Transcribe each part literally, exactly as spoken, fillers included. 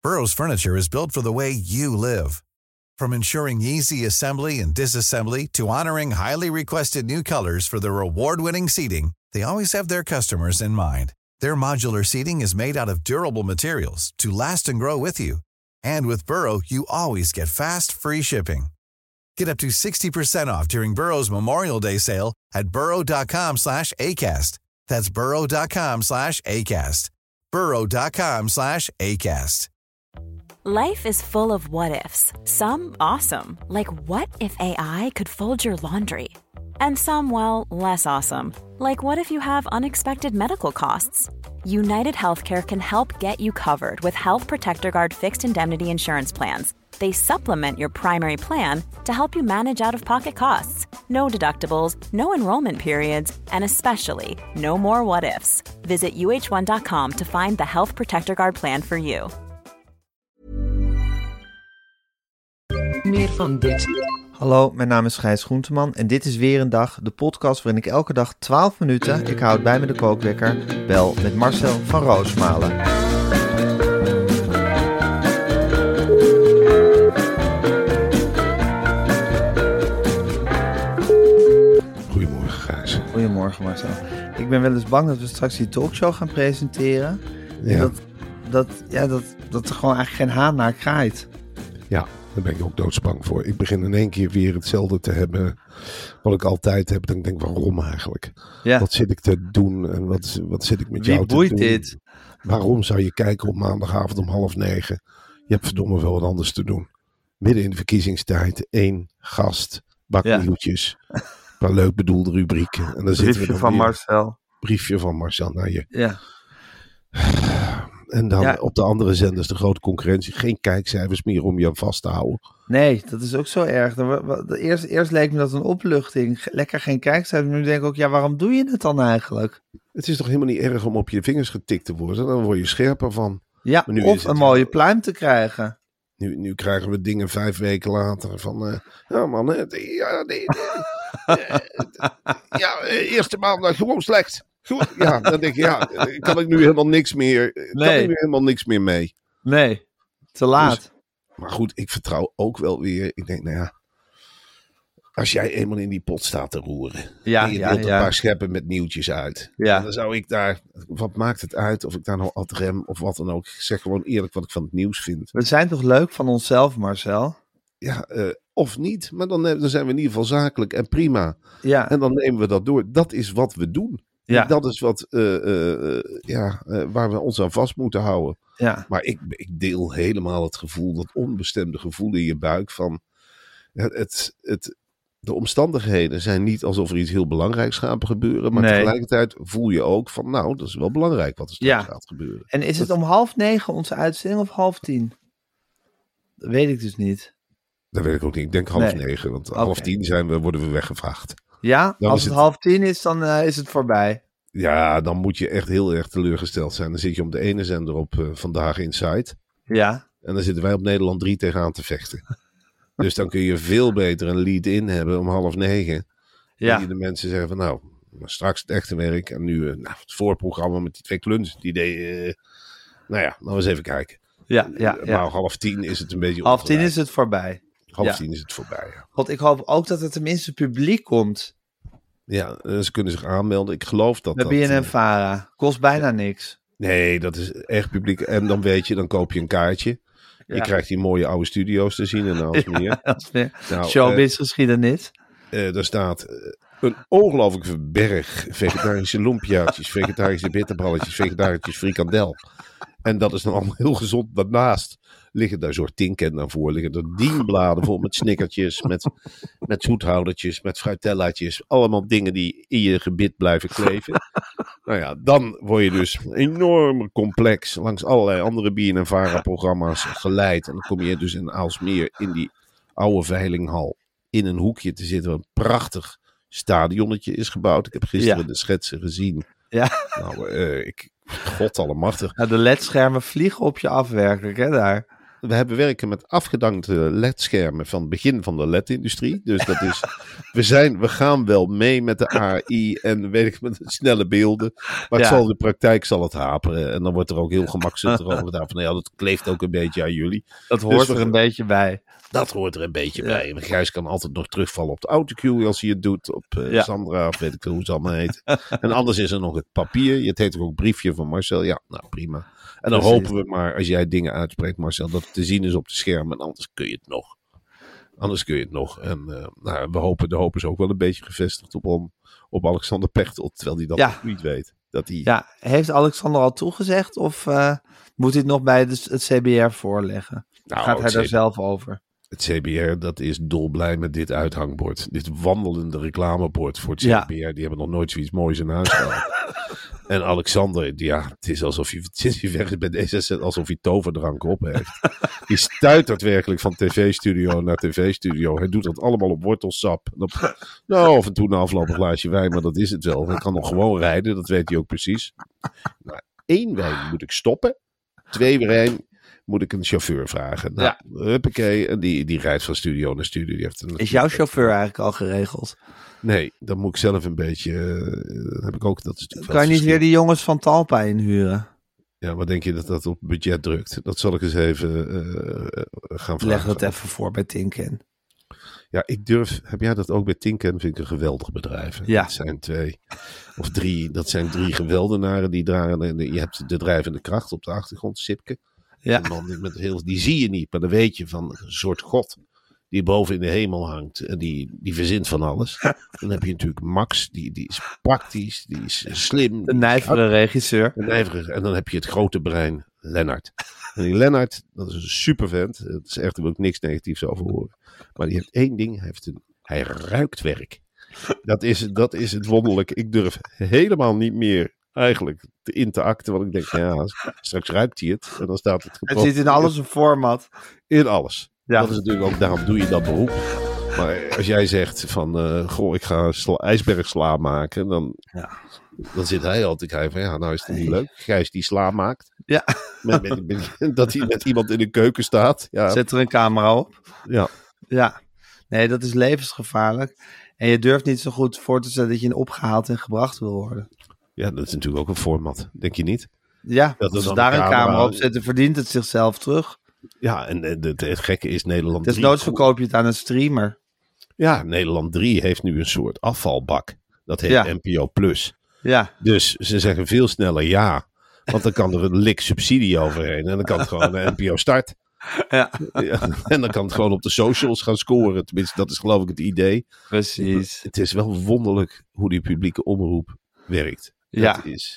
Burrow's furniture is built for the way you live. From ensuring easy assembly and disassembly to honoring highly requested new colors for their award-winning seating, they always have their customers in mind. Their modular seating is made out of durable materials to last and grow with you. And with Burrow, you always get fast, free shipping. Get up to sixty percent off during Burrow's Memorial Day sale at burrow.com slash ACAST. That's burrow.com slash ACAST. burrow.com slash ACAST. Life is full of what-ifs. Some awesome, like what if A I could fold your laundry? And some, well, less awesome, like what if you have unexpected medical costs? United Healthcare can help get you covered with Health Protector Guard fixed indemnity insurance plans. They supplement your primary plan to help you manage out-of-pocket costs. No deductibles, no enrollment periods, and especially no more what-ifs. Visit U H one dot com to find the Health Protector Guard plan for you. Meer van dit. Hallo, mijn naam is Gijs Groenteman en dit is weer een dag, de podcast waarin ik elke dag twaalf minuten, ik houd bij me de kookwekker, bel met Marcel van Roosmalen. Goedemorgen, Gijs. Goedemorgen, Marcel. Ik ben wel eens bang dat we straks die talkshow gaan presenteren. Ja. Dat, dat, ja, dat, dat er gewoon eigenlijk geen haan naar kraait. Ja, daar ben ik ook doodsbang voor. Ik begin in één keer weer hetzelfde te hebben wat ik altijd heb. Dan denk ik, waarom eigenlijk? Ja. Wat zit ik te doen en wat, wat zit ik met Wie jou te boeit doen? dit? Waarom zou je kijken op maandagavond om half negen? Je hebt verdomme wel wat anders te doen. Midden in de verkiezingstijd, één gast, bak Ja. nieuwtjes, een paar leuk bedoelde rubrieken. En dan zitten we Briefje dan van weer. Marcel. Briefje van Marcel naar je. Ja. En dan Ja. op de andere zenders de grote concurrentie. Geen kijkcijfers meer om je aan vast te houden. Nee, dat is ook zo erg. Dan wa- wa- Eerst, eerst leek me dat een opluchting. Ge- Lekker geen kijkcijfers. Nu denk ik ook, ja, waarom doe je het dan eigenlijk? Het is toch helemaal niet erg om op je vingers getikt te worden. Dan word je scherper van. Ja, Maar nu is of het een wel- mooie pluim te krijgen. Nu, nu krijgen we dingen vijf weken later van. eh, ja man, hè, die- ja, nee, nee, eh, ja, eh, eerste maandag gewoon slecht. Goed, ja, dan denk ik, ja, eh, kan ik nu helemaal niks meer. eh, Kan Nee. ik nu helemaal niks meer mee. Nee, te laat. Dus- Maar goed, ik vertrouw ook wel weer. Ik denk, nou ja. Als jij eenmaal in die pot staat te roeren. Ja, en je ja, deelt een ja. paar scheppen met nieuwtjes uit. Ja. Dan zou ik daar. Wat maakt het uit of ik daar nou ad rem of wat dan ook. Ik zeg gewoon eerlijk wat ik van het nieuws vind. We zijn toch leuk van onszelf, Marcel? Ja, eh, of niet. Maar dan, eh, dan zijn we in ieder geval zakelijk en prima. Ja, En dan nemen we dat door. Dat is wat we doen. ja, En dat is wat, eh, eh, eh, ja, eh, waar we ons aan vast moeten houden. ja. Maar ik, ik deel helemaal het gevoel, dat onbestemde gevoel in je buik van het, het, het, de omstandigheden zijn niet alsof er iets heel belangrijks gaat gebeuren. Maar Nee. tegelijkertijd voel je ook van, nou, dat is wel belangrijk wat er straks Ja. gaat gebeuren. En is het om half negen onze uitzending of half tien? Dat weet ik dus niet. Dat weet ik ook niet. Ik denk half Nee. negen, want Oké. half tien zijn we, worden we weggevaagd. Ja, Dan als is het het- half tien is, dan eh, is het voorbij. Ja, dan moet je echt heel erg teleurgesteld zijn. Dan zit je op de ene zender op uh, Vandaag Inside. Ja, En dan zitten wij op Nederland drie tegenaan te vechten. Dus dan kun je veel beter een lead-in hebben om half negen. ja, Die de mensen zeggen van nou, straks het echte werk. En nu uh, nou, het voorprogramma met die twee klunzen. Die deed, uh, nou ja, nou eens even kijken. ja, ja. Maar ja. half tien is het een beetje Half tien ongelijk. is het voorbij. Half ja. tien is het voorbij, ja. God, ik hoop ook dat er tenminste publiek komt Ja, uh, ze kunnen zich aanmelden. Ik geloof dat bij dat... B N N uh, Vara. Kost bijna niks. nee, dat is echt publiek. En dan weet je, dan koop je een kaartje. Je Ja. krijgt die mooie oude studio's te zien en alles meer. Ja, dat is weer Nou, showbiz-geschiedenis. Uh, er staat uh, een ongelofelijke berg vegetarische lumpiaatjes, vegetarische bitterballetjes, vegetarische frikandel. En dat is dan allemaal heel gezond. Daarnaast liggen daar soort tinken voor, liggen er dienbladen vol met snickertjes, met, met zoethoudertjes, met fruitellaatjes. Allemaal dingen die in je gebit blijven kleven. Nou ja, dan word je dus enorm complex langs allerlei andere B N N Vara-programma's geleid. En dan kom je dus in Aalsmeer in die oude veilinghal in een hoekje te zitten waar een prachtig stadionnetje is gebouwd. Ik heb gisteren Ja. de schetsen gezien. Ja. Nou, uh, ik, god allemachtig. Ja, de L E D-schermen vliegen op je af werkelijk, hè, daar. we hebben werken met afgedankte L E D-schermen van het begin van de L E D-industrie. Dus dat is, we, zijn, we gaan wel mee met de A I en weet ik, met de snelle beelden. Maar het Ja. zal in de praktijk zal het haperen. En dan wordt er ook heel gemakkelijk over gedaan van, nou ja, dat kleeft ook een beetje aan jullie. Dat hoort Dus we- er een beetje bij. Dat hoort er een beetje Ja. bij. Gijs kan altijd nog terugvallen op de autocue als hij het doet. Op uh, Ja. Sandra, of weet ik veel hoe ze allemaal heet. En anders is er nog het papier. Het heet ook een briefje van Marcel. Ja, nou prima. En dan Precies. hopen we maar, als jij dingen uitspreekt, Marcel, dat het te zien is op de schermen. En anders kun je het nog. Anders kun je het nog. En uh, nou, we hopen, de hoop is ook wel een beetje gevestigd op, om, op Alexander Pechtold. Terwijl hij dat Ja. nog niet weet. Dat hij, Ja, heeft Alexander al toegezegd of uh, moet hij het nog bij de, het C B R voorleggen? nou, Gaat hij het daar C- zelf over? Het C B R, dat is dolblij met dit uithangbord. Dit wandelende reclamebord voor het C Ja. B R. Die hebben nog nooit zoiets moois in huis gehad. En Alexander, die- ja, het is alsof hij sinds hij weg is bij D zesenzestig, alsof hij toverdrank op heeft. Die stuitert werkelijk van tv-studio naar tv-studio. Hij doet dat allemaal op wortelsap. En op, nou, af en toe een afloop een glaasje wijn, maar dat is het wel. Hij kan nog gewoon rijden, dat weet hij ook precies. Nou, één wijn moet ik stoppen. Twee wijn moet ik een chauffeur vragen. Nou, huppakee. En die, die rijdt van studio naar studio. Die heeft een, Is jouw chauffeur eigenlijk al geregeld? Nee, dan moet ik zelf een beetje... Uh, heb ik ook, dat is natuurlijk Kan je niet wel weer die jongens van Talpa inhuren? Ja, wat denk je dat dat op budget drukt? Dat zal ik eens even uh, gaan vragen. Leg dat even voor bij Tinken. Ja, ik durf... Heb jij dat ook bij Tinken? Vind ik een geweldig bedrijf. Ja. Dat zijn twee of drie... Dat zijn drie geweldenaren die dragen... Je hebt de drijvende kracht op de achtergrond, Sipke. Ja. Een man met heel, die zie je niet, maar dan weet je van een soort god die boven in de hemel hangt en die, die verzint van alles. Dan heb je natuurlijk Max, die, die is praktisch, die is slim. De nijvere regisseur. Een nijvere. En dan heb je het grote brein, Lennart. En die Lennart, dat is een supervent. Het is echt, daar wil ik niks negatiefs over horen. Maar die heeft één ding, hij, heeft een, hij ruikt werk. Dat is, dat is het wonderlijke. Ik durf helemaal niet meer eigenlijk te in te acten, want ik denk, ja, straks ruikt hij het. En dan staat het Het zit in alles een format. In alles. Ja. Dat is natuurlijk ook, daarom doe je dat beroep. Maar als jij zegt van, uh, goh, ik ga sla, ijsberg sla maken, dan, Ja. dan zit hij altijd hij van, ja, nou is het niet leuk. Gijs die sla maakt. Ja. Met, met, met, dat hij met iemand in de keuken staat. Ja. Zet er een camera op. Ja. Ja. Nee, dat is levensgevaarlijk. En je durft niet zo goed voor te stellen dat je opgehaald en gebracht wil worden. Ja, dat is natuurlijk ook een format, denk je niet? Ja, Dat er als ze dan daar een een camera- camera op zetten, verdient het zichzelf terug. Ja, en het, het, het gekke is Nederland drie. Desnoods verkoop je het aan een streamer. Ja, Nederland drie heeft nu een soort afvalbak. Dat heet Ja. N P O Plus. Ja, Dus ze zeggen veel sneller ja. Want dan kan er een lik subsidie overheen. En dan kan het gewoon de N P O Start. ja. Ja, en dan kan het gewoon op de socials gaan scoren. Tenminste, dat is geloof ik het idee. Precies. Het is wel wonderlijk hoe die publieke omroep werkt. Ja. Dat is...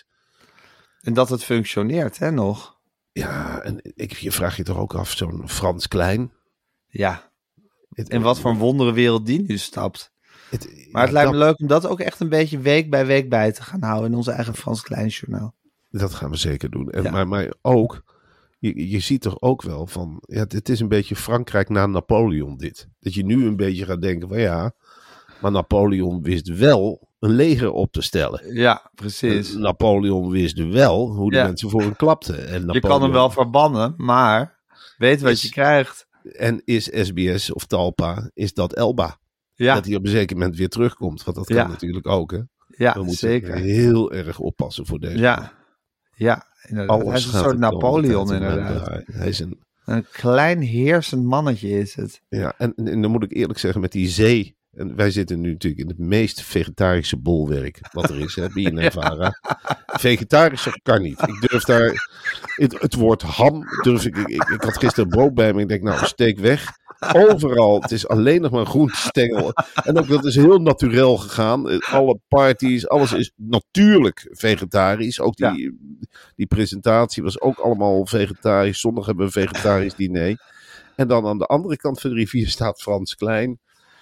En dat het functioneert, hè, nog. Ja, en ik, je vraagt je toch ook af, zo'n Frans Klein. Ja. Het, En wat voor een wondere wereld die nu stapt. het- Maar het ja, lijkt me dat, leuk om dat ook echt een beetje week bij week bij te gaan houden. In onze eigen Frans Kleinjournaal. dat gaan we zeker doen. En, Ja. maar, maar ook, je, je ziet toch ook wel van, ja, het is een beetje Frankrijk na Napoleon dit. Dat je nu een beetje gaat denken van ja, maar Napoleon wist wel een leger op te stellen. Ja, precies. Napoleon wist wel hoe de Ja. mensen voor hem klapten. En Je Napoleon, kan hem wel verbannen, maar weet wat Is- je krijgt. En is S B S of Talpa, is dat Elba? Ja, Dat hij op een zeker moment weer terugkomt. Want dat kan Ja. natuurlijk ook. Hè? ja We moeten zeker. heel erg oppassen voor deze. Ja, ja inderdaad. Alles Hij is een gaat soort de komende Napoleon tijd om hem inderdaad. draaien. Hij is een, Een klein heersend mannetje is het. ja, en, en dan moet ik eerlijk zeggen, met die zee. En wij zitten nu natuurlijk in het meest vegetarische bolwerk wat er is, hè, B N N Vara. Vegetarischer kan niet. Ik durf daar, het, het woord ham, durf ik, ik, ik, ik had gisteren brood bij me, ik denk nou, steek weg. Overal, het is alleen nog maar groentestengel. En ook dat is heel natuurlijk gegaan. Alle parties, alles is natuurlijk vegetarisch. Ook die, die presentatie was ook allemaal vegetarisch. Zondag hebben we een vegetarisch diner. En dan aan de andere kant van de rivier staat Frans Klein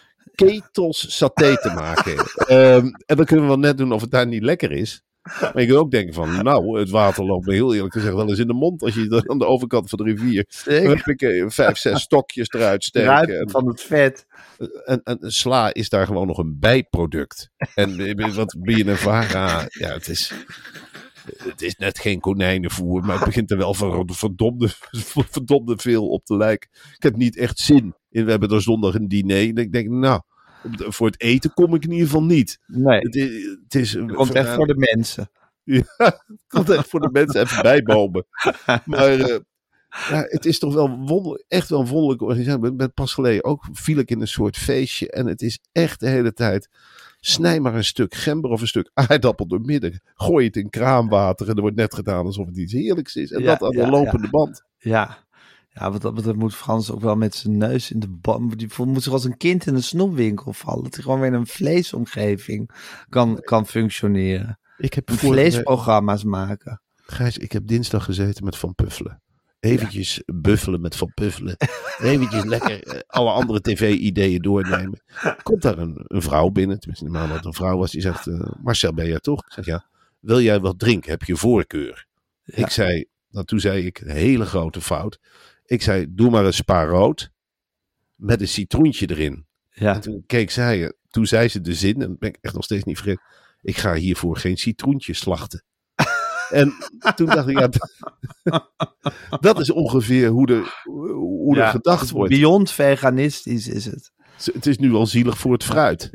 ketels saté te maken. um, en dan kunnen we wel net doen of het daar niet lekker is. Maar je kunt ook denken van, nou, het water loopt me heel eerlijk gezegd wel eens in de mond als je er aan de overkant van de rivier Zeker. heb ik eh, vijf, zes stokjes eruit steken. Ruiken En, van het vet. en, en sla is daar gewoon nog een bijproduct. En eh, wat B N N Vara, ja, het is... Het is net geen konijnenvoer, maar het begint er wel van verdomde, verdomde veel op te lijken. Ik heb niet echt zin in. We hebben er zondag een diner. En ik denk, nou, voor het eten kom ik in ieder geval niet. Nee, Het is, het is het komt echt voor de mensen. Ja, het komt echt voor de mensen even bijbomen. Maar uh, ja, het is toch wel wonder, echt wel een wonderlijke organisatie. Ik ben pas geleden ook, viel ik in een soort feestje. En het is echt de hele tijd, snij maar een stuk gember of een stuk aardappel door midden. Gooi het in kraanwater en er wordt net gedaan alsof het iets heerlijks is. En Ja, dat aan de ja, lopende ja. band. Ja. Ja, wat dat betreft moet Frans ook wel met zijn neus in de band. Die moet zich als een kind in een snoepwinkel vallen. Dat hij gewoon weer in een vleesomgeving kan, kan functioneren. Ik heb En vorige week- vleesprogramma's maken. Gijs, ik heb dinsdag gezeten met Van Puffelen. Eventjes buffelen met Van Puffelen. Eventjes lekker eh, alle andere tv-ideeën doornemen. Komt daar een, een vrouw binnen, tenminste normaal dat het een vrouw was. Die zegt, uh, Marcel, ben jij toch? Ik zeg, ja. Wil jij wat drinken? Heb je voorkeur? Ja. Ik zei, nou toen zei ik, een hele grote fout. Ik zei, doe maar een spa rood met een citroentje erin. Ja. En toen keek zij, toen zei ze de zin, en dat ben ik echt nog steeds niet vergeten. Ik ga hiervoor geen citroentje slachten. En toen dacht ik, ja, dat is ongeveer hoe er, hoe er Ja, gedacht wordt. Beyond veganistisch is het. Het is nu al zielig voor het fruit.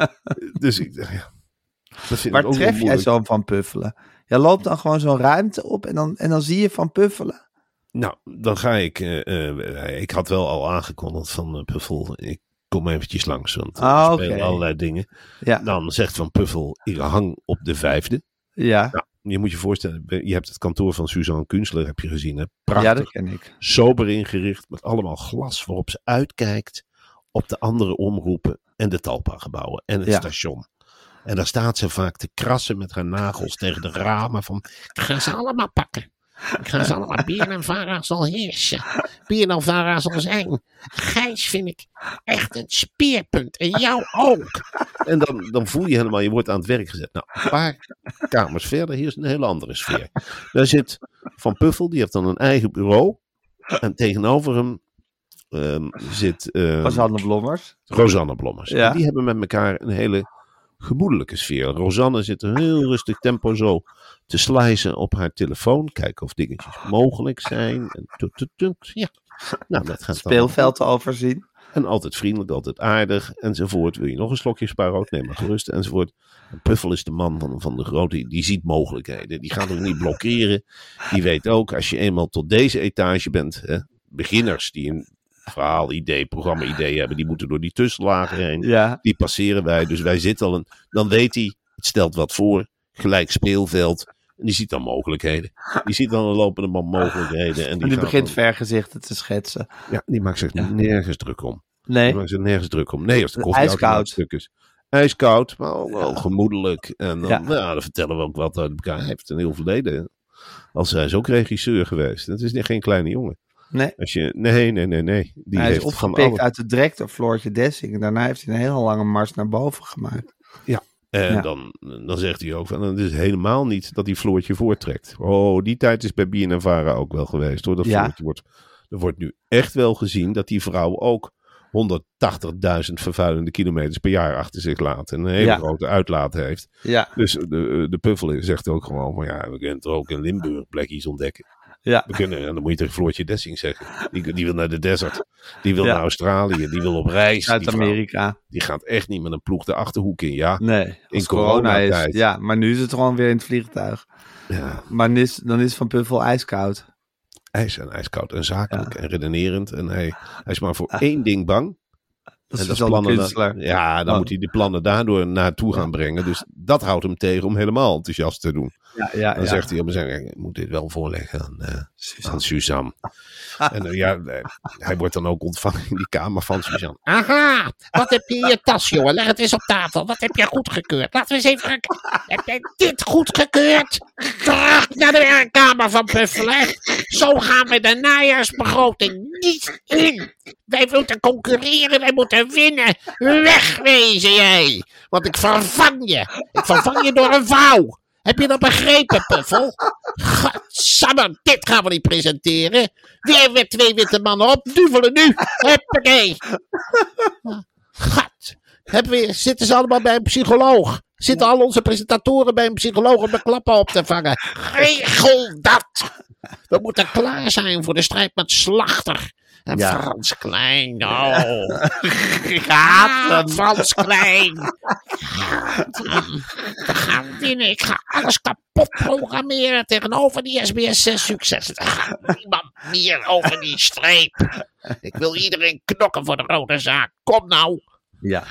Dus ik dacht, ja. Dat vind Waar ik ook wel tref jij moeilijk. zo Van Puffelen? Jij loopt dan gewoon zo'n ruimte op en dan, en dan zie je Van Puffelen. Nou, dan ga ik. Uh, uh, ik had wel al aangekondigd van uh, Puffel. Ik kom eventjes langs, want uh, Ah, er oké. spelen allerlei dingen. Ja, Dan zegt Van Puffel, ik hang op de vijfde. ja. Nou, je moet je voorstellen, je hebt het kantoor van Suzanne Kunstler, heb je gezien. Hè? Prachtig, ja, dat ken ik. sober ingericht, met allemaal glas waarop ze uitkijkt op de andere omroepen en de Talpa-gebouwen en het Ja. station. En daar staat ze vaak te krassen met haar nagels tegen de ramen van, ik ga ze allemaal pakken. Ik ga ze allemaal, B N N Vara zal heersen. B N N Vara zal zijn. Gijs vind ik echt een speerpunt. En jou ook. En dan, dan voel je helemaal, je wordt aan het werk gezet. Nou, een paar kamers verder, hier is een hele andere sfeer. Daar zit Van Puffel, die heeft dan een eigen bureau. En tegenover hem um, zit um, Rosanne Blommers. Rosanne Blommers. Ja. En die hebben met elkaar een hele gemoedelijke sfeer. Rosanne zit een heel rustig tempo zo te slicen op haar telefoon. Kijken of dingetjes mogelijk zijn. En tut, tut, tut. Ja. Nou, dat gaat dan. Speelveld te overzien. En altijd vriendelijk, altijd aardig, enzovoort. Wil je nog een slokje spaarrood? Neem maar gerust, enzovoort. En Puffel is de man van, van de grote, die ziet mogelijkheden. Die gaat ook niet blokkeren. Die weet ook, als je eenmaal tot deze etage bent, hè, beginners die een verhaal, idee, programma-idee hebben, die moeten door die tussenlagen heen. Ja. Die passeren wij, dus wij zitten al een, dan weet hij, het stelt wat voor, gelijk speelveld. En die ziet dan mogelijkheden. Die ziet dan een lopende band mogelijkheden. En die, En die gaat begint dan- vergezichten te schetsen. Ja, die maakt zich Ja. nergens druk om. Nee. Die maakt zich nergens druk om. Nee, als de koffie Ijskoud. stuk is. Ijskoud, maar ook wel gemoedelijk. En dan, Ja. nou, dan vertellen we ook wat uit elkaar. Hij heeft een heel verleden. Als hij is ook regisseur geweest. Dat is niet geen kleine jongen. Nee. Als je, nee, nee, nee, nee. Die Hij is heeft van opgepikt alle- uit de drek door Floortje Dessing. En daarna heeft hij een hele lange mars naar boven gemaakt. En Ja. dan, dan zegt hij ook van, het is helemaal niet dat die Floortje voorttrekt. Oh, die tijd is bij B N N Vara ook wel geweest hoor. Dat Ja. Floortje wordt, er wordt nu echt wel gezien dat die vrouw ook honderdtachtigduizend vervuilende kilometers per jaar achter zich laat. En een hele Ja. grote uitlaat heeft. Ja. Dus de, de Puffel zegt ook gewoon van, ja, we kunnen er ook in Limburg plekjes ontdekken. Ja. We kunnen, en dan moet je tegen Floortje Dessing zeggen. Die, die wil naar de desert. Die wil Ja. naar Australië. Die wil op reis. Die vrouw, Zuid-Amerika. die gaat echt niet met een ploeg de Achterhoek in. Ja, Nee. Als In corona is. coronatijd. Ja, maar nu is het gewoon weer in het vliegtuig. ja. Maar dan is, dan is Van Puffel ijskoud. ijs en ijskoud en zakelijk Ja. en redenerend. En hij, hij is maar voor één ding bang. Dat is en Suzanne da- Kunstler. ja, dan Oh. moet hij de plannen daardoor naartoe gaan brengen. Dus dat houdt hem tegen om helemaal enthousiast te doen. Ja, ja, Dan ja. zegt hij op een gegeven moment, ik moet dit wel voorleggen aan, eh, Suzanne. aan Suzanne. En eh, ja, eh, hij wordt dan ook ontvangen in die kamer van Suzanne. Aha, wat heb je in je tas, jongen? Leg het eens op tafel. Wat heb je goedgekeurd? Laten we eens even gaan. Heb jij dit goedgekeurd? Terug naar de werkkamer van Puffelen. Zo gaan we de najaarsbegroting niet in. Wij moeten concurreren, wij moeten winnen. Wegwezen jij. Want ik vervang je. Ik vervang je door een vouw. Heb je dat begrepen, Puffel? Godsamme, dit gaan we niet presenteren. Weer weer twee witte mannen op. Duvelen nu. Huppakee. God. Hebben we, zitten ze allemaal bij een psycholoog? Zitten al onze presentatoren bij een psycholoog om de klappen op te vangen? Regel dat! We moeten klaar zijn voor de strijd met Slachter. En Ja. Frans Klein, oh. Ik haat hem, Frans Klein. Ik haat hem. We gaan winnen. Ik ga alles kapot programmeren tegenover die S B S zes succes. Er gaat niemand meer over die streep. Ik wil iedereen knokken voor de rode zaak. Kom nou. Ja.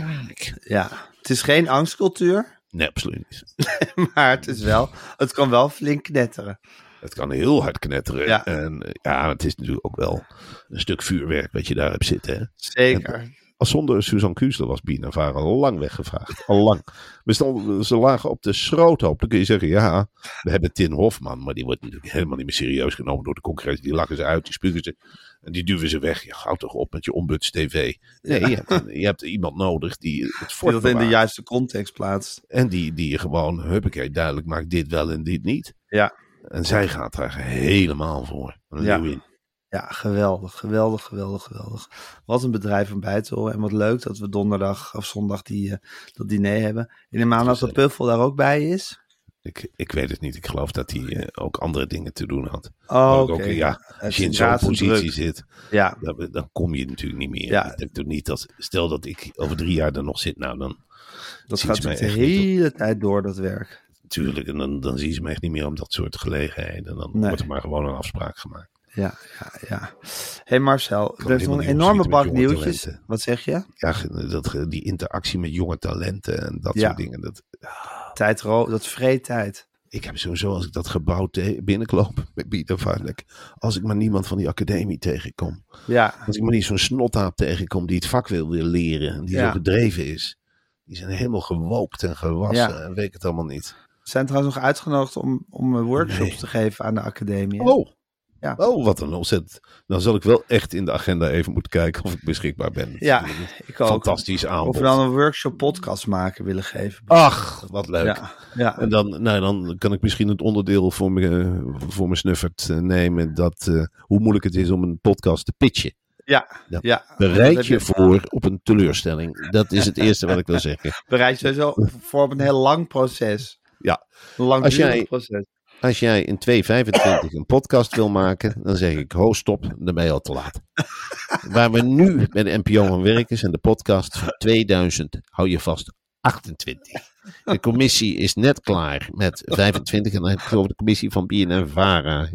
ja. Het is geen angstcultuur, Nee, absoluut niet. maar het is wel, het kan wel flink knetteren. Het kan heel hard knetteren. Ja. En eh, ja, het is natuurlijk ook wel een stuk vuurwerk wat je daar hebt zitten. Hè? Zeker. Als zonder Suzanne Kuusler was B N N Vara al lang weggevaagd. Al lang. We stonden, ze lagen op de schroothoop. Dan kun je zeggen, ja, we hebben Tin Hofman. Maar die wordt natuurlijk helemaal niet meer serieus genomen door de concurrentie. Die lachen ze uit, die spugen ze. En die duwen ze weg. Ja, houd toch op met je ombuds tv. Nee, je, hebt, je hebt iemand nodig die het Die fort dat in de bewaart. juiste context plaatst. En die, die je gewoon, huppakee, duidelijk maakt dit wel en dit niet. Ja. En zij gaat daar helemaal voor. Een Ja. leeuwin. Ja, geweldig, geweldig, geweldig, geweldig. Wat een bedrijf om bij te horen. En wat leuk dat we donderdag of zondag die, uh, dat diner hebben. In de maand dat de Puffel daar ook bij is. Ik, ik weet het niet. Ik geloof dat hij uh, ook andere dingen te doen had. Oh, Ook, oké. ook, ja, Het als je in is zo'n razend positie druk. zit, Ja, dan, dan kom je natuurlijk niet meer. Ja. Ik denk toch niet dat, stel dat ik over drie jaar er nog zit, nou dan dat zien gaat ze mij de echt niet op. hele tijd door, dat werk. Natuurlijk, en dan, dan zien ze me echt niet meer om dat soort gelegenheden. Dan Nee. wordt er maar gewoon een afspraak gemaakt. Ja, ja, ja. Hey Marcel, kan er is nog helemaal een niet enorme opschieten bak met jonge nieuwtjes. talenten. Wat zeg je? Ja, dat, die interactie met jonge talenten en dat Ja. soort dingen. Dat, Tijd, ro- dat vreet tijd. ik heb sowieso, als ik dat gebouw te- binnenloop met Pieter Vaarlijk, als ik maar niemand van die academie tegenkom. Ja, Als ik maar niet zo'n snottaap tegenkom die het vak wil, wil leren. En die Ja. zo gedreven is. Die zijn helemaal gewoopt en gewassen. Ja. En weet ik het allemaal niet. we zijn trouwens nog uitgenodigd om, om workshops Nee. te geven aan de academie. hè? Oh. Ja. Oh, wat een ontzettend. Dan zal ik wel echt in de agenda even moeten kijken of ik beschikbaar ben. Dat is Ja, natuurlijk ik ook. een fantastisch aanbod. Of we dan een workshop podcast maken willen geven. Ach, wat leuk. Ja, ja. En dan, nou, dan kan ik misschien het onderdeel voor me, voor me snuffert eh, nemen. Dat, eh, hoe moeilijk het is om een podcast te pitchen. ja, Ja. ja. Bereid je voor op een teleurstelling. Dat is het eerste wat ik wil zeggen. Bereid je sowieso voor op een heel lang proces. Ja. Een langdurig Als jij- proces. Als jij in twee vijfentwintig een podcast wil maken, dan zeg ik, ho stop, dan ben je al te laat. Waar we nu bij de N P O aan werken, zijn de podcast van tweeduizend, hou je vast, achtentwintig. De commissie is net klaar met vijfentwintig en dan heb ik geloof ik de commissie van B N N Vara.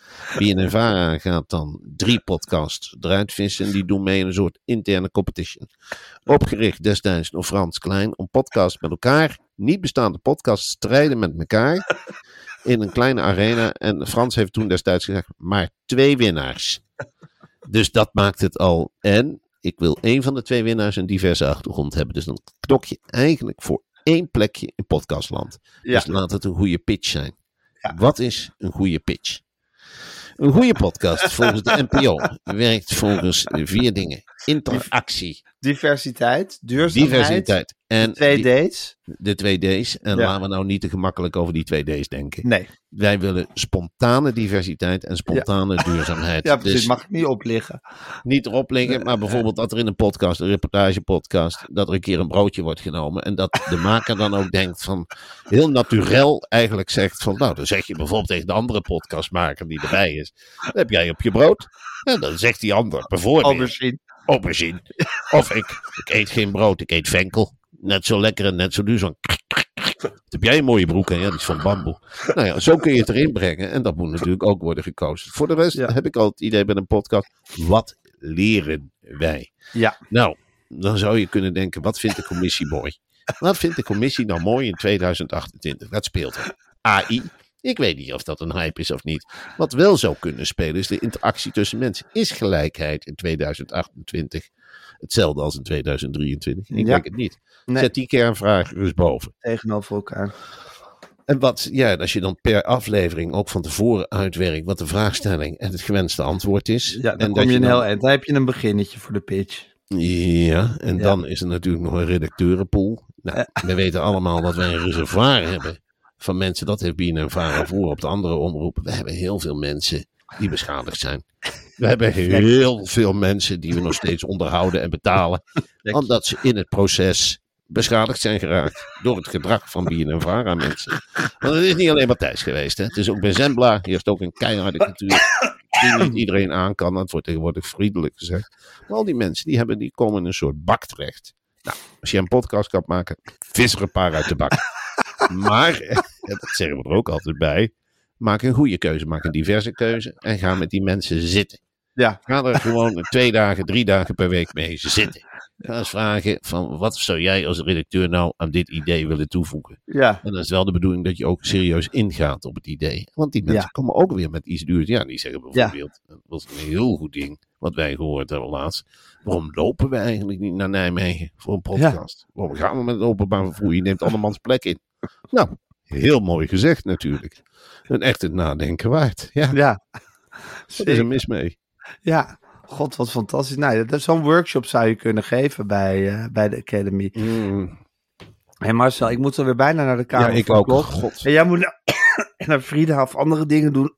B N N Vara gaat dan drie podcasts eruit vissen en die doen mee in een soort interne competition. Opgericht destijds door Frans Klein om podcasts met elkaar, niet bestaande podcasts, strijden met elkaar in een kleine arena. En Frans heeft toen destijds gezegd, maar twee winnaars. Dus dat maakt het al. En ik wil één van de twee winnaars een diverse achtergrond hebben. Dus dan knok je eigenlijk voor één plekje in podcastland. Ja. Dus laat het een goede pitch zijn. Ja. Wat is een goede pitch? Een goede podcast volgens de N P O werkt volgens vier dingen. Interactie, Diversiteit, duurzaamheid, diversiteit en twee die- D's. de twee D's. En Ja. laten we nou niet te gemakkelijk over die twee D's denken. Nee, Wij willen spontane diversiteit en spontane duurzaamheid. ja, precies. Dus Mag ik niet opliggen. niet erop liggen, maar bijvoorbeeld dat er in een podcast, een reportagepodcast, dat er een keer een broodje wordt genomen. En dat de maker dan ook denkt van, heel naturel eigenlijk zegt van, nou dan zeg je bijvoorbeeld tegen de andere podcastmaker die erbij is, dat heb jij op je brood. En dan zegt die ander bijvoorbeeld, Aubergine. aubergine. Of ik, ik eet geen brood, ik eet venkel. Net zo lekker en net zo duurzaam. Wat heb jij een mooie broek? Hè? Ja, die is van bamboe. Nou ja, zo kun je het erin brengen. En dat moet natuurlijk ook worden gekozen. Voor de rest Ja. heb ik al het idee bij een podcast. Wat leren wij? Ja. Nou, dan zou je kunnen denken, wat vindt de commissie mooi? Wat vindt de commissie nou mooi in tweeduizend achtentwintig? Wat speelt er? A I? Ik weet niet of dat een hype is of niet. Wat wel zou kunnen spelen is de interactie tussen mensen. Is gelijkheid in tweeduizend achtentwintig hetzelfde als in tweeduizend drieëntwintig? Ik Ja. denk het niet. Nee, Zet die kernvraag dus boven. tegenover elkaar. En wat, ja, als je dan per aflevering ook van tevoren uitwerkt wat de vraagstelling en het gewenste antwoord is. Ja, dan en kom dat je een dan- heel eind. Dan heb je een beginnetje voor de pitch. Ja, en Ja. dan is er natuurlijk nog een redacteurenpool. Nou, we weten allemaal dat wij een reservoir hebben van mensen. Dat heeft B N N Vara voor op de andere omroepen. We hebben heel veel mensen die beschadigd zijn. We hebben heel veel mensen die we nog steeds onderhouden en betalen. Omdat ze in het proces beschadigd zijn geraakt door het gedrag van B N N Vara mensen. Want het is niet alleen Matthijs geweest. Hè. Het is ook bij Zembla. Hier is het ook een keiharde cultuur die niet iedereen aan kan. Dat wordt tegenwoordig vriendelijk gezegd. Maar al die mensen die, hebben, die komen in een soort bak terecht. Nou, als je een podcast kan maken, vis er een paar uit de bak. Maar, dat zeggen we er ook altijd bij, maak een goede keuze, maak een diverse keuze en ga met die mensen zitten. Ja. Ga er gewoon twee dagen, drie dagen per week mee zitten. Ga eens vragen van wat zou jij als redacteur nou aan dit idee willen toevoegen. Ja. En dat is wel de bedoeling dat je ook serieus ingaat op het idee. Want die mensen Ja. komen ook weer met iets duurs. Ja, die zeggen bijvoorbeeld, dat was een heel goed ding wat wij gehoord hebben laatst. Waarom lopen we eigenlijk niet naar Nijmegen voor een podcast? Waarom gaan we met het openbaar vervoer? Je neemt andermans plek in. Nou, heel mooi gezegd natuurlijk. Een echt het nadenken waard. Ja, Ja. wat is er mis mee? Ja. God, wat fantastisch. Nou, dat- zo'n workshop zou je kunnen geven bij, eh, bij de Academy. Mm. Hé Marcel, ik moet alweer bijna naar de kamer. Ja, ik van ook. Klok. God. En jij moet naar, naar Frida of andere dingen doen.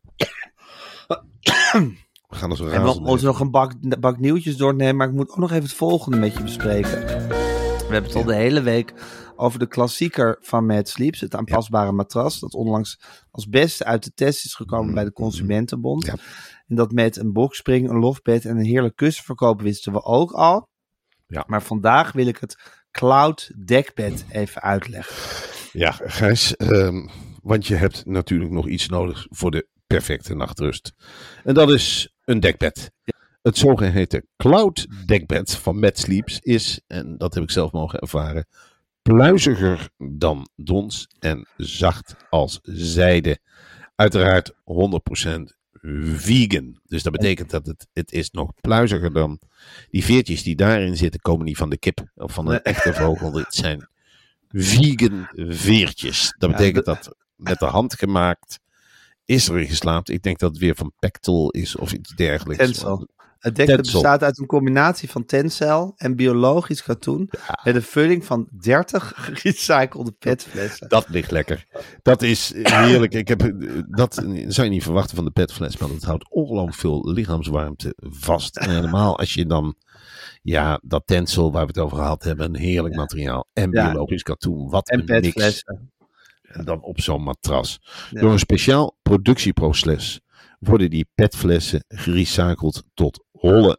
We gaan als een En we razende. moeten nog een bak, bak nieuwtjes doornemen. Maar ik moet ook nog even het volgende met je bespreken. We hebben het al de hele week over de klassieker van Mad Sleeps. Het aanpasbare matras. Dat onlangs als beste uit de test is gekomen bij de Consumentenbond. Ja. En dat met een boxspring, een lofbed en een heerlijk kussenverkoop wisten we ook al. Ja. Maar vandaag wil ik het Cloud dekbed even uitleggen. Ja, Gijs, ehm, want je hebt natuurlijk nog iets nodig voor de perfecte nachtrust. En dat is een dekbed. Het zogeheten Cloud dekbed van Mad Sleeps is, en dat heb ik zelf mogen ervaren, pluiziger dan dons en zacht als zijde. Uiteraard honderd procent vegan. Dus dat betekent dat het, het is nog pluiziger dan die veertjes die daarin zitten, komen niet van de kip of van een Nee. echte vogel. Dit zijn vegan veertjes. Dat Ja, betekent dat- dat met de hand gemaakt is erin geslaapt. Ik denk dat het weer van Pectel is of iets dergelijks. Tencel. Het dekbed Tencel. bestaat uit een combinatie van tencel en biologisch katoen. Met een vulling van dertig gerecyclede petflessen. Dat ligt lekker. Dat is heerlijk. Ik heb, dat zou je niet verwachten van de petfles, maar dat houdt ongelooflijk veel lichaamswarmte vast. En helemaal als je dan, ja, dat tencel waar we het over gehad hebben, een heerlijk materiaal. En Ja. biologisch katoen. Wat En een mix. petflessen. En dan op zo'n matras. Ja. Door een speciaal productieproces worden die petflessen gerecycled tot holle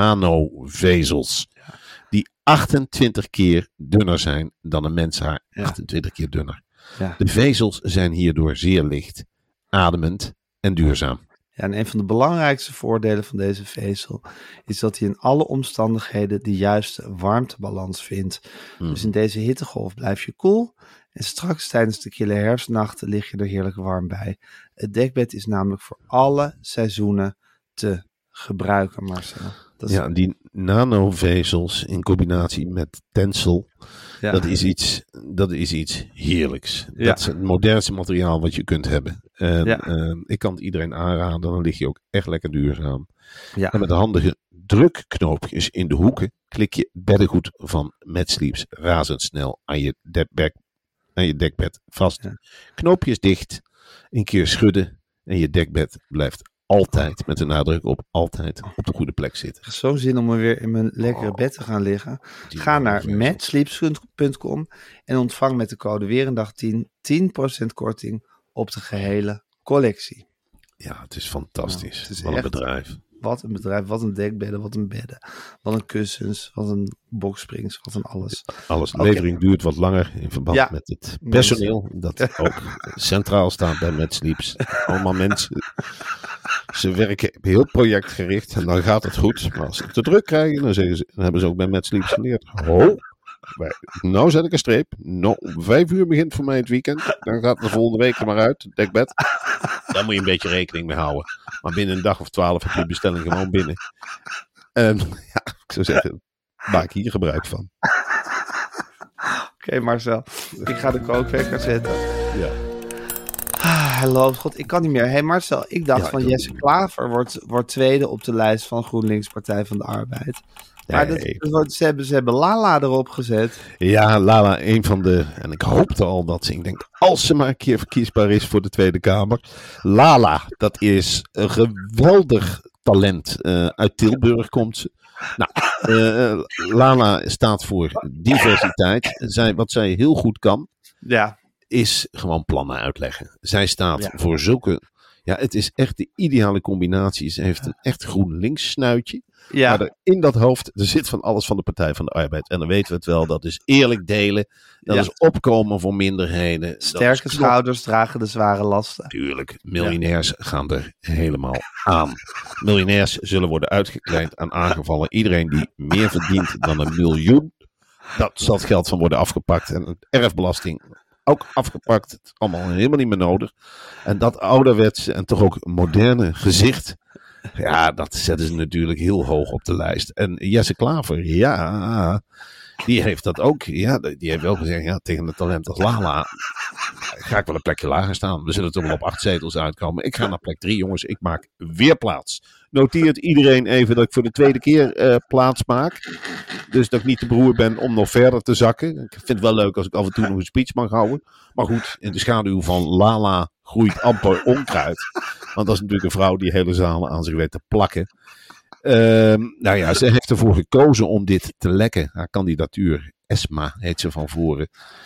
nanovezels. Die achtentwintig keer dunner zijn dan een menshaar. Ja. achtentwintig keer dunner. Ja. De vezels zijn hierdoor zeer licht, ademend en duurzaam. Ja, en een van de belangrijkste voordelen van deze vezel is dat hij in alle omstandigheden de juiste warmtebalans vindt. Hmm. Dus in deze hittegolf blijf je koel en straks tijdens de kille herfstnachten lig je er heerlijk warm bij. Het dekbed is namelijk voor alle seizoenen te gebruiken, Marcel. Dat is, Ja, die nanovezels in combinatie met tencel, ja. dat, is iets, dat is iets heerlijks. Ja. Dat is het modernste materiaal wat je kunt hebben. En, Ja. eh, ik kan het iedereen aanraden, dan lig je ook echt lekker duurzaam. Ja. En met de handige drukknoopjes in de hoeken klik je het beddengoed van Mad Sleeps razendsnel aan je dekbed, aan je dekbed vast. Ja. Knoopjes dicht, een keer schudden en je dekbed blijft altijd, met de nadruk op altijd, op de goede plek zitten. Ik heb zo'n zin om er weer in mijn lekkere bed te gaan liggen. Die Ga naar nanovezels. madsleeps punt com en ontvang met de code Weerendag tien tien procent korting op de gehele collectie. Ja, het is fantastisch. Ja, het is Wat een echt- bedrijf. Wat een bedrijf, wat een dekbedden, wat een bedden, wat een kussens, wat een boxsprings, wat een alles. Alles. De Oké. levering duurt wat langer in verband Ja. met het personeel. Dat ook centraal staat bij Mad Sleeps. Allemaal mensen. Ze werken heel projectgericht en dan gaat het goed. Maar als ze het te druk krijgen, dan, zeggen ze, dan hebben ze ook bij Mad Sleeps geleerd. Ho, wij- nou zet ik een streep. Nou, om vijf uur begint voor mij het weekend. Dan gaat het de volgende week er maar uit, het dekbed. Daar moet je een beetje rekening mee houden. Maar binnen een dag of twaalf heb je de bestelling gewoon binnen. En ja, ik zou zeggen, maak hier gebruik van. Oké Marcel, ik ga de kookwekker zetten. Ja. Ah, hij loopt, god, ik kan niet meer. Hé hey Marcel, ik dacht Ja, van ik ook Jesse niet. Klaver wordt, wordt tweede op de lijst van GroenLinks Partij van de Arbeid. Maar dat, Nee. dat wordt- ze, hebben, ze hebben Lala erop gezet. Ja, Lala, een van de... En ik hoopte al dat ze... Ik denk, als ze maar een keer verkiesbaar is voor de Tweede Kamer. Lala, dat is een geweldig talent. Eh, uit Tilburg komt ze. Nou, uh, Lala staat voor diversiteit. Zij, wat zij heel goed kan, Ja. is gewoon plannen uitleggen. Zij staat Ja. voor zulke... Ja, het is echt de ideale combinatie. Ze heeft een echt GroenLinks snuitje. Ja. Maar er in dat hoofd, er zit van alles van de Partij van de Arbeid. En dan weten we het wel, dat is eerlijk delen. Dat Ja. is opkomen voor minderheden. Dat Sterke is knop- schouders dragen de zware lasten. Tuurlijk, miljonairs gaan er helemaal aan. Miljonairs zullen worden uitgekleind en aangevallen. Iedereen die meer verdient dan een miljoen, dat zal het geld van worden afgepakt. En de erfbelasting ook afgepakt. Het is allemaal helemaal niet meer nodig. En dat ouderwetse en toch ook moderne gezicht, ja, dat zetten ze natuurlijk heel hoog op de lijst. En Jesse Klaver, ja, die heeft dat ook. Ja, die heeft wel gezegd, ja, tegen een talent als Lala ga ik wel een plekje lager staan. We zullen toch wel op acht zetels uitkomen. Ik ga naar plek drie, jongens. Ik maak weer plaats. Noteert iedereen even dat ik voor de tweede keer uh, plaats maak. Dus dat ik niet te beroerd ben om nog verder te zakken. Ik vind het wel leuk als ik af en toe nog een speech mag houden. Maar goed, in de schaduw van Lala groeit amper onkruid. Want dat is natuurlijk een vrouw die hele zalen aan zich weet te plakken. Uh, nou ja, ze heeft ervoor gekozen om dit te lekken. Haar kandidatuur, Esma heet ze van voren.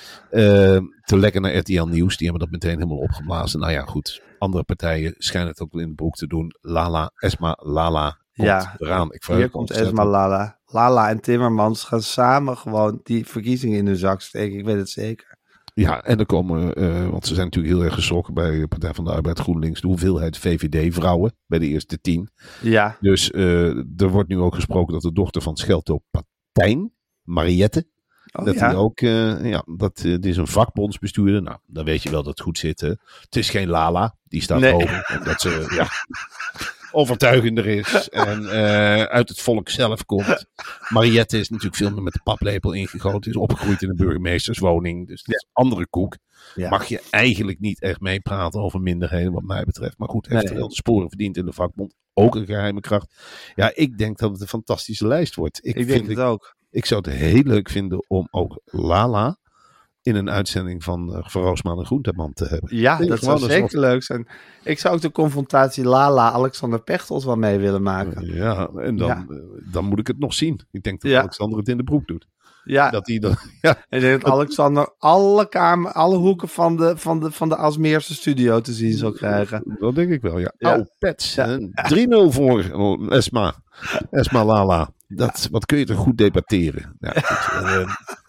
Uh, te lekken naar R T L Nieuws. Die hebben dat meteen helemaal opgeblazen. Nou ja, goed. Andere partijen schijnen het ook wel in de broek te doen. Lala, Esma, Lala komt Ja, eraan. Ik Hier komt Esma Lala. Lala en Timmermans gaan samen gewoon die verkiezingen in hun zak steken. Ik weet het zeker. Ja, en er komen, uh, want ze zijn natuurlijk heel erg geschrokken bij de Partij van de Arbeid GroenLinks, de hoeveelheid V V D-vrouwen bij de eerste tien. Ja. Dus uh, er wordt nu ook gesproken dat de dochter van Schelto Patijn, Mariette, Oh, dat ja. die ook, uh, ja, dat uh, dit is een vakbondsbestuurder. Nou, dan weet je wel dat het goed zit. Hè. Het is geen Lala, die staat Nee. hoger, omdat ze, ja, overtuigender is en uh, uit het volk zelf komt. Mariette is natuurlijk veel meer met de paplepel ingegoten. Is opgegroeid in een burgemeesterswoning. Dus dat is een andere koek. Ja. Mag je eigenlijk niet echt meepraten over minderheden wat mij betreft. Maar goed, heeft Nee. er wel de sporen verdiend in de vakbond. Ook een geheime kracht. Ja, ik denk dat het een fantastische lijst wordt. Ik, Ik vind denk het ik, ook. ik zou het heel leuk vinden om ook Lala in een uitzending van uh, Van Roosmalen en Groenteman te hebben. Ja, Denk dat gewoon zou eens zeker leuk zijn. Ik zou ook de confrontatie Lala-Alexander Pechtold wel mee willen maken. Ja, en dan, Ja. uh, dan moet ik het nog zien. Ik denk dat Ja. Alexander het in de broek doet. Ja, Dat hij dan, ja, ik denk dat Alexander alle, kamer, alle hoeken van de, van, de, van de Asmeerse studio te zien zal krijgen. dat denk ik wel, ja. Ja. Oh, Pets. Ja. Een drie nul voor Esma. Esma Lala. Dat, wat kun je toch goed debatteren. Ja, goed, uh,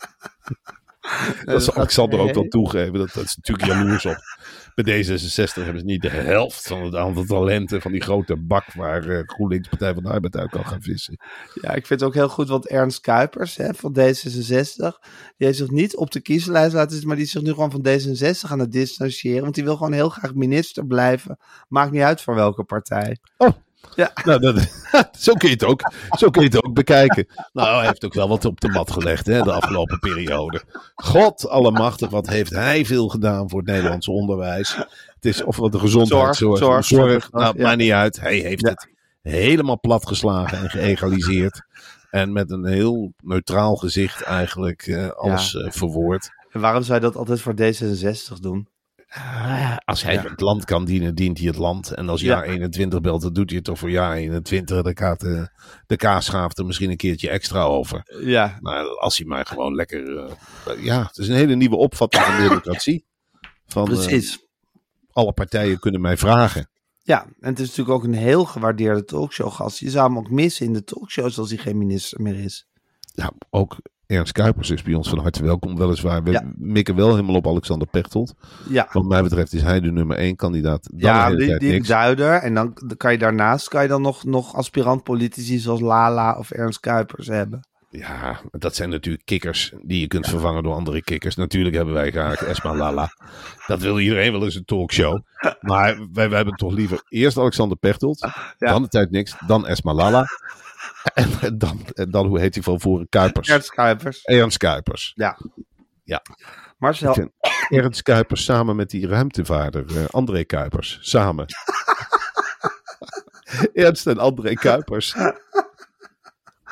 dat zal Alexander ook wel toegeven. Dat, dat is natuurlijk jaloers op. Bij D zesenzestig hebben ze niet de helft van het aantal talenten van die grote bak waar uh, GroenLinks Partij van de Arbeid uit kan gaan vissen. Ja, ik vind het ook heel goed, want Ernst Kuipers hè, van D zesenzestig, die heeft zich niet op de kieslijst laten zitten, maar die is zich nu gewoon van D zesenzestig aan het distancieren, want die wil gewoon heel graag minister blijven. Maakt niet uit voor welke partij. Oh. Ja. Nou, dat, zo, kun je het ook, zo kun je het ook bekijken. Nou, hij heeft ook wel wat op de mat gelegd hè, de afgelopen periode. God allemachtig, wat heeft hij veel gedaan voor het Nederlandse onderwijs. Het is of wat de gezondheidszorg, Zorg, zorg, zorg, nou, ja. maakt niet uit. Hij heeft Ja. het helemaal platgeslagen en geëgaliseerd. En met een heel neutraal gezicht eigenlijk uh, alles Ja. uh, verwoord. En waarom zou je dat altijd voor D zesenzestig doen? Ah, als hij Ja. het land kan dienen, dient hij het land. En als Ja. jaar eenentwintig belt, dan doet hij het toch voor jaar eenentwintig. Dan gaat de, de kaasschaaf er misschien een keertje extra over. Ja, Maar als hij maar gewoon lekker... Uh, ja, het is een hele nieuwe opvatting van democratie. Van, uh, precies. alle partijen kunnen mij vragen. Ja, en het is natuurlijk ook een heel gewaardeerde talkshowgast. Je zou hem ook missen in de talkshows als hij geen minister meer is. Ja, ook Ernst Kuipers is bij ons van harte welkom. Weliswaar, we Ja. mikken wel helemaal op Alexander Pechtold. Ja, Wat mij betreft is hij de nummer één kandidaat. Dan de ja hele die, tijd die niks. duider. En dan kan je daarnaast kan je dan nog, nog aspirant-politici zoals Lala of Ernst Kuipers hebben. Ja, dat zijn natuurlijk kikkers die je kunt vervangen door andere kikkers. Natuurlijk hebben wij graag Esma Lala. Dat wil iedereen wel eens een talkshow. Maar wij, wij hebben toch liever eerst Alexander Pechtold, Ja. dan de tijd niks, dan Esma Lala. En dan, en dan hoe heet hij van voren? Kuipers. Ernst Kuipers. Ernst Kuipers. Ja. Ja. Marcel, Ik vind Ernst Kuipers samen met die ruimtevaarder, uh, André Kuipers. Samen. Ernst en André Kuipers.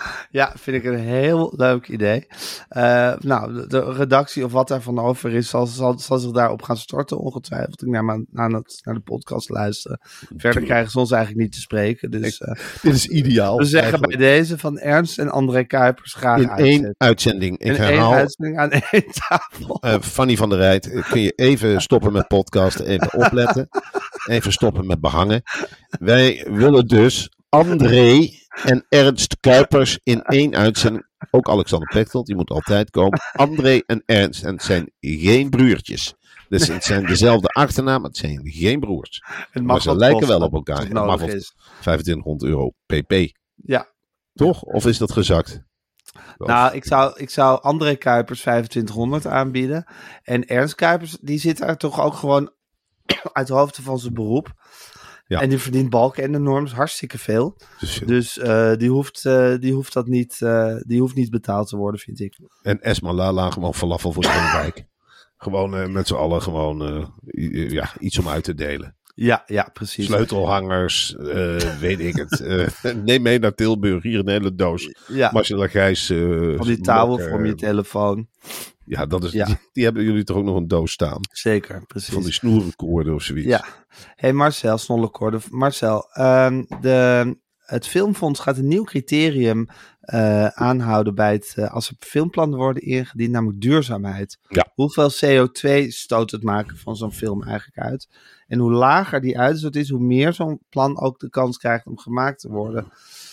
Ja, vind ik een heel leuk idee. Uh, nou, de, de redactie of wat daarvan over is, zal, zal, zal zich daarop gaan storten, ongetwijfeld. Ik naar, naar, naar, het, naar de podcast luisteren. Verder krijgen ze ons eigenlijk niet te spreken. Dus, uh, Dit is ideaal. We zeggen eigenlijk. bij deze van Ernst en André Kuipers graag In uitzetten. één uitzending. Ik In herhaal. één uitzending aan één tafel. Uh, Fanny van der Rijt, kun je even stoppen met podcasten, even opletten. Even stoppen met behangen. Wij willen dus André en Ernst Kuipers in één uitzending. Ook Alexander Pechtold, die moet altijd komen. André en Ernst, en het zijn geen broertjes. Dus het zijn dezelfde achternaam, maar het zijn geen broers. Het Maar ze lijken wel op elkaar. Het Het mag nodig wel is. vijfentwintighonderd euro pp. Ja. Toch? Of is dat gezakt? Nou, ik zou, ik zou André Kuipers vijfentwintighonderd aanbieden. En Ernst Kuipers, die zit daar toch ook gewoon uit de hoofde van zijn beroep. Ja. En die verdient balken en de norms hartstikke veel. Dus, dus uh, die, hoeft, uh, die, hoeft dat niet, uh, die hoeft niet betaald te worden, vind ik. En Esma Lala gewoon falafel voor zijn wijk. Gewoon uh, met z'n allen gewoon uh, ja, iets om uit te delen. Ja, ja, precies. Sleutelhangers, uh, weet ik het. Uh, neem mee naar Tilburg, hier een hele doos. Ja. Marcella Gijs. Uh, van die touwen voor je telefoon. Ja, dat is, ja. Die, die hebben jullie toch ook nog een doos staan? Zeker, precies. Van die snoerenkoorden of zoiets. Ja. Hey Marcel, snollekoorden. Marcel, um, de, het Filmfonds gaat een nieuw criterium uh, aanhouden bij het, uh, als er filmplannen worden ingediend, namelijk duurzaamheid. Ja. Hoeveel C O twee stoot het maken van zo'n film eigenlijk uit? En hoe lager die uitstoot is, hoe meer zo'n plan ook de kans krijgt om gemaakt te worden.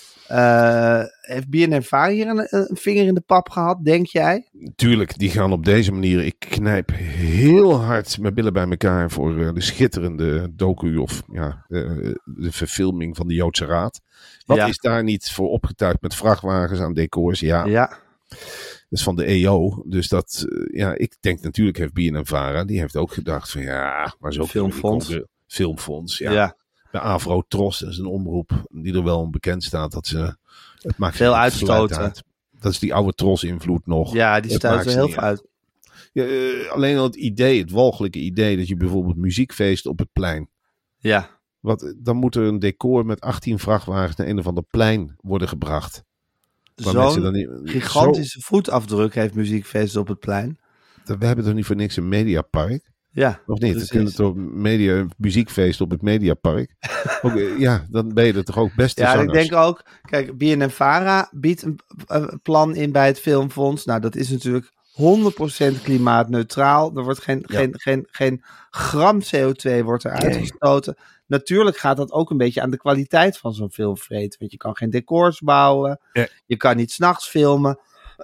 Uh, heeft B N N V A R hier een, een vinger in de pap gehad, denk jij? Tuurlijk, die gaan op deze manier. Ik knijp heel hard mijn billen bij elkaar voor uh, de schitterende docu of ja, uh, de verfilming van de Joodse Raad. Wat ja. is daar niet voor opgetuigd met vrachtwagens aan decors? Ja. ja. Dat is van de E O. Dus dat, uh, ja, ik denk natuurlijk heeft B N N V A R A, die heeft ook gedacht van ja, maar zo Filmfonds. Filmfonds, ja. ja. Bij Avro Tros, dat is een omroep die er wel bekend staat dat ze het maakt veel uitstoten. Uit. Dat is die oude Tros-invloed nog. Ja, die stuit er heel veel uit. Ja, uh, alleen al het idee, het walgelijke idee dat je bijvoorbeeld muziekfeest op het plein. Ja. Wat, dan moet er een decor met achttien vrachtwagens naar een of ander plein worden gebracht. Zo'n dan niet, gigantische zo, voetafdruk heeft muziekfeest op het plein. We hebben toch niet voor niks een mediapark? Ja, of niet? Dan kunnen toch media, muziekfeest op het Mediapark. Ook, ja, dan ben je er toch ook beste ja, zangers. Ja, ik denk ook, kijk, B N N V A R A biedt een, een plan in bij het Filmfonds. Nou, dat is natuurlijk honderd procent klimaatneutraal. Er wordt geen, ja. geen, geen, geen gram C O twee wordt er uitgestoten. Nee. Natuurlijk gaat dat ook een beetje aan de kwaliteit van zo'n film vreten. Want je kan geen decors bouwen. Ja. Je kan niet 's nachts filmen.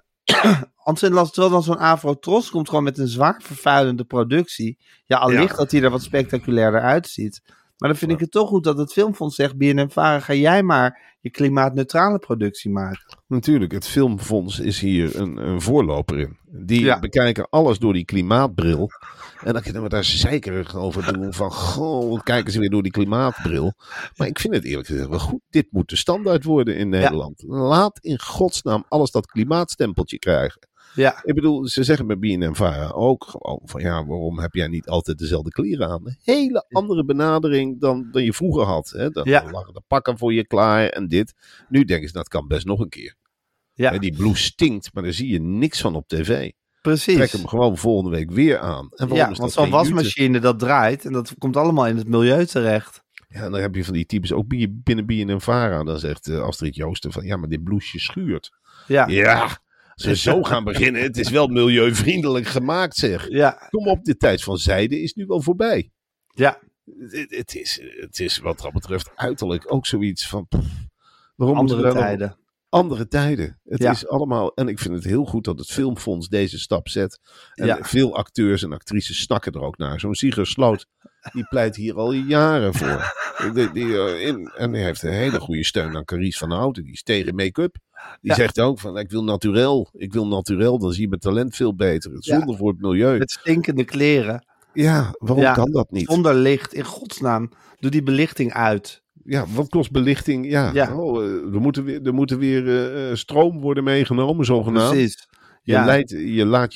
Terwijl dan zo'n Avro Tros komt gewoon met een zwaar vervuilende productie. Ja, allicht ja. dat hij er wat spectaculairder uitziet. Maar dan vind ja. ik het toch goed dat het Filmfonds zegt, B N N V A R A, ga jij maar je klimaatneutrale productie maken. Natuurlijk, het Filmfonds is hier een, een voorloper in. Die ja. bekijken alles door die klimaatbril. En dan kunnen we daar zeikerig over doen van, goh, kijken ze weer door die klimaatbril. Maar ik vind het eerlijk gezegd wel goed. Dit moet de standaard worden in Nederland. Ja. Laat in godsnaam alles dat klimaatstempeltje krijgen. Ja. Ik bedoel, ze zeggen bij B N N V A R A ook gewoon van, ja, waarom heb jij niet altijd dezelfde kleren aan? Een hele andere benadering dan, dan je vroeger had. Hè? Dan ja. lagen de pakken voor je klaar en dit. Nu denken ze, dat kan best nog een keer. Ja. Hè, die blouse stinkt, maar daar zie je niks van op tv. Precies. Trek hem gewoon volgende week weer aan. En ja, want zo'n wasmachine dat draait en dat komt allemaal in het milieu terecht. Ja, en dan heb je van die types ook binnen B N N V A R A. Dan zegt uh, Astrid Joosten van, ja, maar dit blouseje schuurt. Ja. Ja, als we zo gaan beginnen, het is wel milieuvriendelijk gemaakt, zeg. Ja. Kom op, de tijd van zijde is nu wel voorbij. Ja. Het, het, is, het is wat dat betreft uiterlijk ook zoiets van, pff, waarom andere tijden. Nog... Andere tijden. Het ja. is allemaal... En ik vind het heel goed dat het Filmfonds deze stap zet. En ja. veel acteurs en actrices snakken er ook naar. Zo'n Sigurd Sloot, die pleit hier al jaren voor. Die, die, uh, in, en hij heeft een hele goede steun aan Carice van Houten. Die is tegen make-up. Die ja. zegt ook van, ik wil naturel. Ik wil naturel, dan zie je mijn talent veel beter. Zonder ja. voor het milieu. Met stinkende kleren. Ja, waarom ja. kan dat niet? Zonder licht, in godsnaam. Doe die belichting uit. Ja, wat kost belichting? Ja, ja. Oh, er moet weer, er moet weer uh, stroom worden meegenomen, zogenaamd. Precies. Je, ja. leidt, je laat je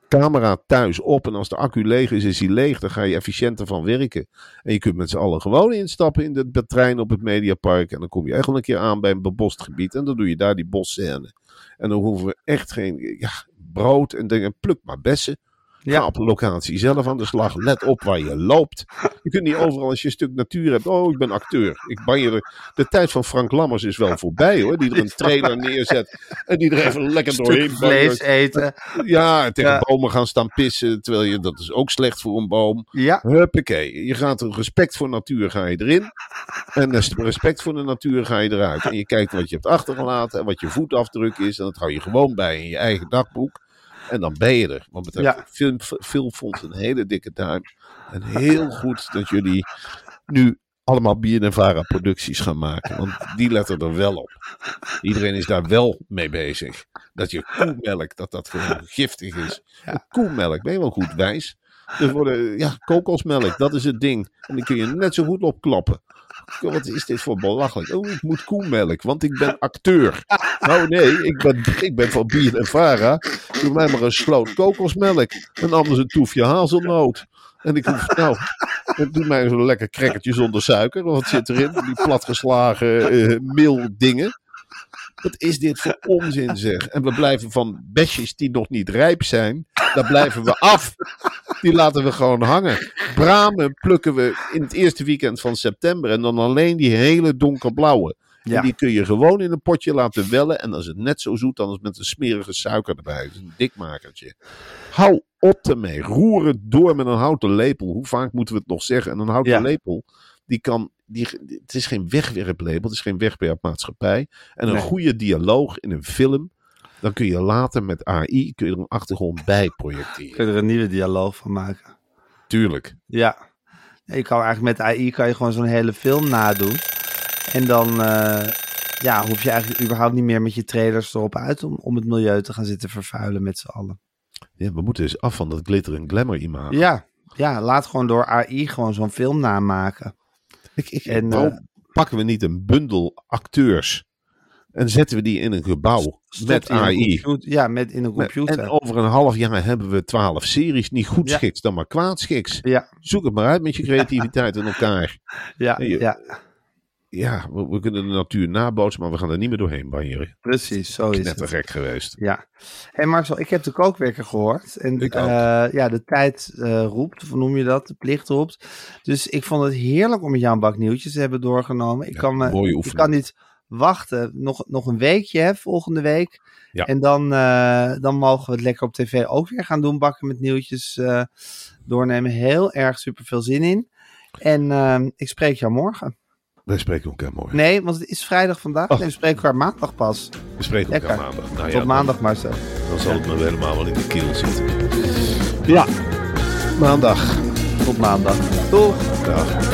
camera thuis op en als de accu leeg is, is hij leeg. Dan ga je efficiënter van werken. En je kunt met z'n allen gewoon instappen in de, de trein op het Mediapark. En dan kom je echt wel een keer aan bij een bebost gebied. En dan doe je daar die bosscène. En dan hoeven we echt geen ja, brood en dingen. Pluk maar bessen. Ga Ja. op de locatie zelf aan de slag. Let op waar je loopt. Je kunt niet overal als je een stuk natuur hebt. Oh, ik ben acteur. Ik ban je er. De tijd van Frank Lammers is wel voorbij hoor. Die er een trailer neerzet. En die er even lekker doorheen Stuk vlees banjert. eten. Ja, en tegen Ja. bomen gaan staan pissen. Terwijl je, dat is ook slecht voor een boom. Ja, Huppakee. Je gaat er respect voor natuur ga je erin. En met respect voor de natuur ga je eruit. En je kijkt wat je hebt achtergelaten. En wat je voetafdruk is. En dat hou je gewoon bij in je eigen dagboek. En dan ben je er. Want betreft Ja. film, Filmfonds een hele dikke duim. En heel goed dat jullie nu allemaal B N N Vara producties gaan maken. Want die letten er wel op. Iedereen is daar wel mee bezig. Dat je koemelk, dat dat gewoon giftig is. En koemelk, ben je wel goed wijs? Er worden, ja, kokosmelk, dat is het ding. En dan kun je net zo goed opklappen. Wat is dit voor belachelijk? Oh, ik moet koemelk, want ik ben acteur. Nou nee, ik ben, ik ben van B N N Vara. Doe mij maar een sloot kokosmelk. En anders een toefje hazelnoot. En ik hoef, nou, doe mij zo'n lekker crackertje zonder suiker. Wat zit erin? Die platgeslagen uh, meel dingen. Wat is dit voor onzin zeg? En we blijven van besjes die nog niet rijp zijn. Daar blijven we af. Die laten we gewoon hangen. Bramen plukken we in het eerste weekend van september. En dan alleen die hele donkerblauwe. Ja. En die kun je gewoon in een potje laten wellen. En dan is het net zo zoet als met een smerige suiker erbij. Het is een dikmakertje. Hou op ermee. Roer het door met een houten lepel. Hoe vaak moeten we het nog zeggen? En een houten Ja. lepel, die kan... Die, het is geen wegwerplepel. Het is geen wegwerpmaatschappij. En een Nee. goede dialoog in een film... Dan kun je later met A I kun je er een achtergrond bij projecteren. kun je er een nieuwe dialoog van maken. Tuurlijk. Ja. Je kan eigenlijk met A I kan je gewoon zo'n hele film nadoen. En dan uh, ja, hoef je eigenlijk überhaupt niet meer met je trailers erop uit om, om het milieu te gaan zitten vervuilen met z'n allen. Ja, we moeten dus af van dat glitter en glamour imago. Ja, ja, laat gewoon door A I gewoon zo'n film namaken. Ik, ik, En, waarom uh, pakken we niet een bundel acteurs en zetten we die in een gebouw Stop met die in een A I? computer- Ja, met in een Met- computer. En over een half jaar hebben we twaalf series. Niet goed Ja. schiks, dan maar kwaad schiks. Ja, Zoek het maar uit met je creativiteit in elkaar. ja, En je- ja, Ja, we, we kunnen de natuur nabootsen, maar we gaan er niet meer doorheen banjeren. precies, zo is het. Knettergek geweest. Ja. Hé Marcel, ik heb de kookwekker gehoord. En Ik ook. eh, ja, de tijd eh, roept, of hoe noem je dat? De plicht roept. Dus ik vond het heerlijk om met jou een bak nieuwtjes te hebben doorgenomen. Ik, Ja, kan, me, mooie ik oefening. kan niet wachten. Nog, nog een weekje, hè, volgende week. Ja. En dan, eh, dan mogen we het lekker op tv ook weer gaan doen. Bakken met nieuwtjes eh, doornemen. Heel erg super veel zin in. En eh, ik spreek jou morgen. Wij spreken elkaar morgen. Nee, want het is vrijdag vandaag. Oh. Nee, we spreken elkaar maandag pas. We spreken elkaar Lekker. maandag. Nou ja, Tot maandag, Marcel. Dan, dan zal het me helemaal wel in de keel zitten. Ja, maandag. Tot maandag. Doeg. Dag.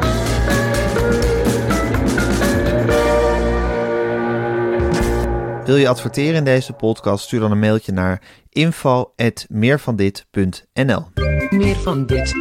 Wil je adverteren in deze podcast? Stuur dan een mailtje naar info at meervandit punt n l. Meer van dit.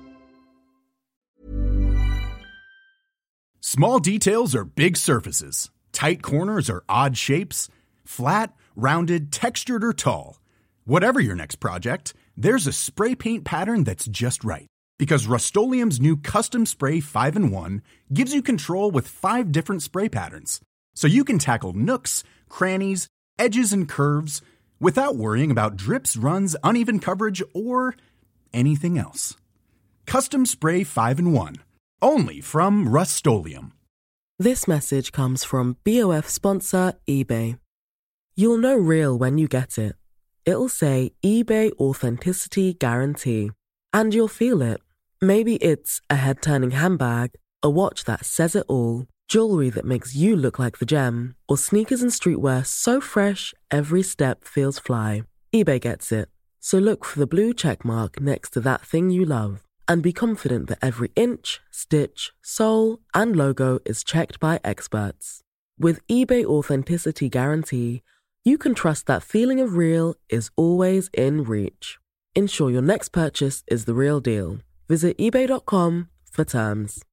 Small details are big surfaces. Tight corners are odd shapes. Flat, rounded, textured, or tall. Whatever your next project, there's a spray paint pattern that's just right. Because Rust-Oleum's new Custom Spray five in one gives you control with five different spray patterns. So you can tackle nooks, crannies, edges, and curves without worrying about drips, runs, uneven coverage, or anything else. Custom Spray five in one. Only from Rust-Oleum. This message comes from B O F sponsor eBay. You'll know real when you get it. It'll say eBay Authenticity Guarantee. And you'll feel it. Maybe it's a head-turning handbag, a watch that says it all, jewelry that makes you look like the gem, or sneakers and streetwear so fresh every step feels fly. eBay gets it. So look for the blue check mark next to that thing you love. And be confident that every inch, stitch, sole, and logo is checked by experts. With eBay Authenticity Guarantee, you can trust that feeling of real is always in reach. Ensure your next purchase is the real deal. Visit ebay dot com for terms.